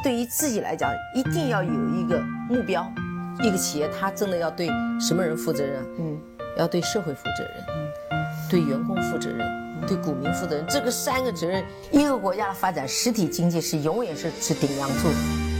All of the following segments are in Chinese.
对于自己来讲，一定要有一个目标。一个企业它真的要对什么人负责任？要对社会负责任，对员工负责任，对股民负责任。这个3个责任，一个国家的发展，实体经济是永远是顶梁柱。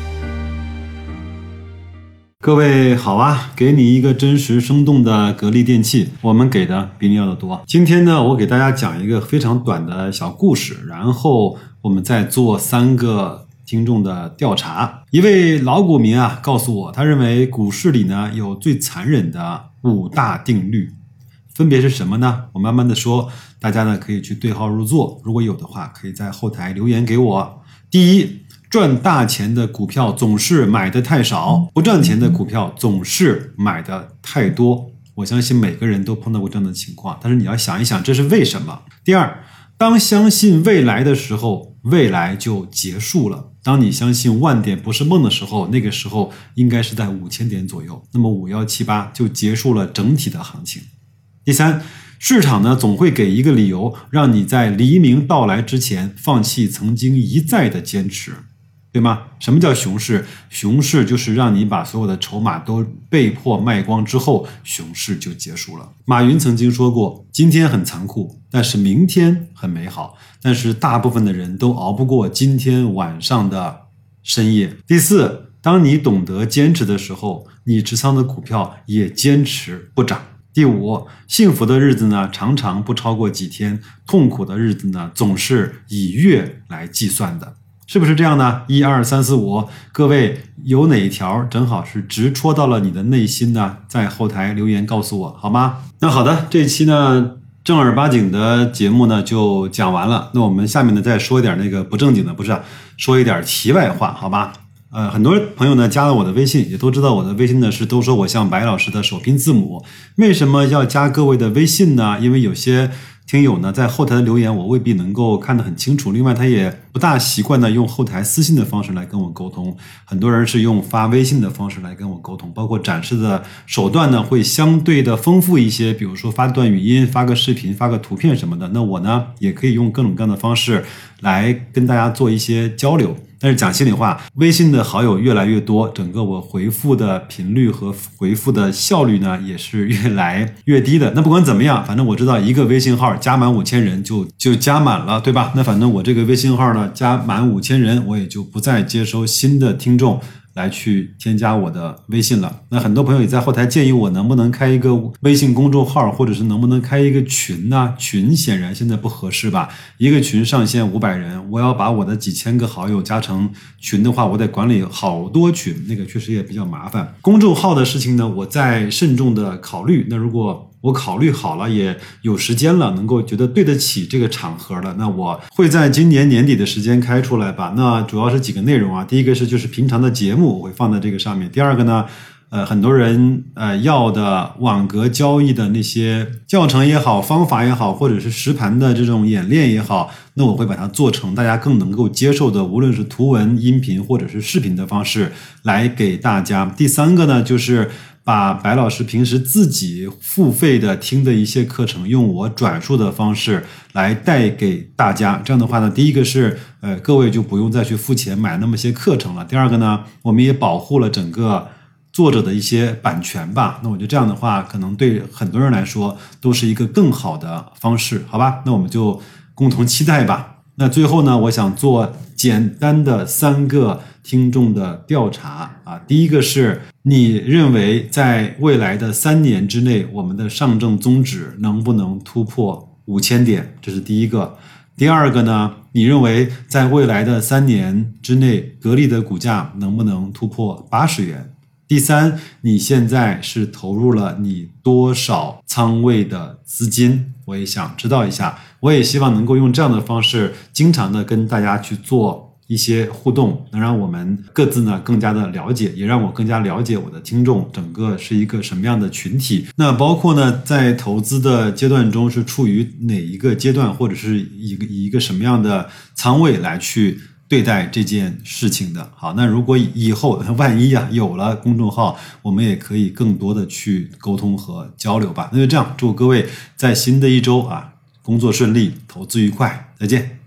各位好啊，给你一个真实生动的格力电器，我们给的比你要的多。今天呢，我给大家讲一个非常短的小故事，然后我们再做3个听众的调查。一位老股民啊告诉我，他认为股市里呢有最残忍的5大定律，分别是什么呢？我慢慢的说，大家呢可以去对号入座，如果有的话可以在后台留言给我。第一，赚大钱的股票总是买的太少，不赚钱的股票总是买的太多。我相信每个人都碰到过这样的情况，但是你要想一想这是为什么。第二，当相信未来的时候，未来就结束了。当你相信万点不是梦的时候，那个时候应该是在5000点左右，那么5178就结束了整体的行情。第三，市场呢总会给一个理由，让你在黎明到来之前放弃曾经一再的坚持，对吗？什么叫熊市？熊市就是让你把所有的筹码都被迫卖光之后，熊市就结束了。马云曾经说过，今天很残酷，但是明天很美好。但是大部分的人都熬不过今天晚上的深夜。第四，当你懂得坚持的时候，你持仓的股票也坚持不涨。第五，幸福的日子呢，常常不超过几天，痛苦的日子呢，总是以月来计算的。是不是这样呢？1、2、3、4、5，各位有哪一条正好是直戳到了你的内心呢？在后台留言告诉我好吗？那好的，这期呢正儿八经的节目呢就讲完了。那我们下面呢再说一点那个不正经的，不是说一点题外话，好吧？很多朋友呢加了我的微信，也都知道我的微信呢是都说我像白老师的首拼字母。为什么要加各位的微信呢？因为有些听友呢在后台的留言我未必能够看得很清楚，另外他也不大习惯呢用后台私信的方式来跟我沟通，很多人是用发微信的方式来跟我沟通，包括展示的手段呢会相对的丰富一些，比如说发段语音、发个视频、发个图片什么的。那我呢也可以用各种各样的方式来跟大家做一些交流。但是讲心里话，微信的好友越来越多，整个我回复的频率和回复的效率呢也是越来越低的。那不管怎么样，反正我知道一个微信号加满5000人就加满了，对吧？那反正我这个微信号呢加满5000人，我也就不再接收新的听众来去添加我的微信了。那很多朋友也在后台建议我能不能开一个微信公众号，或者是能不能开一个群呢？群显然现在不合适吧，一个群上限500人，我要把我的几千个好友加成群的话，我得管理好多群，那个确实也比较麻烦。公众号的事情呢，我在慎重的考虑。那如果我考虑好了，也有时间了，能够觉得对得起这个场合了，那我会在今年年底的时间开出来吧。那主要是几个内容啊，第一个是就是平常的节目我会放在这个上面，第二个呢很多人要的网格交易的那些教程也好，方法也好，或者是实盘的这种演练也好，那我会把它做成大家更能够接受的，无论是图文、音频或者是视频的方式来给大家。第三个呢就是把白老师平时自己付费的听的一些课程，用我转述的方式来带给大家。这样的话呢，第一个是各位就不用再去付钱买那么些课程了。第二个呢，我们也保护了整个作者的一些版权吧。那我觉得这样的话，可能对很多人来说都是一个更好的方式，好吧？那我们就共同期待吧。那最后呢，我想做简单的3个听众的调查啊。第一个是你认为在未来的3年之内，我们的上证综指能不能突破5000点？这是第一个。第二个呢，你认为在未来的3年之内，格力的股价能不能突破80元？第三，你现在是投入了你多少仓位的资金？我也想知道一下，我也希望能够用这样的方式经常的跟大家去做一些互动，能让我们各自呢更加的了解，也让我更加了解我的听众整个是一个什么样的群体。那包括呢在投资的阶段中是处于哪一个阶段，或者是以一个什么样的仓位来去对待这件事情的。好，那如果以后万一有了公众号，我们也可以更多的去沟通和交流吧。那就这样，祝各位在新的一周工作顺利，投资愉快，再见。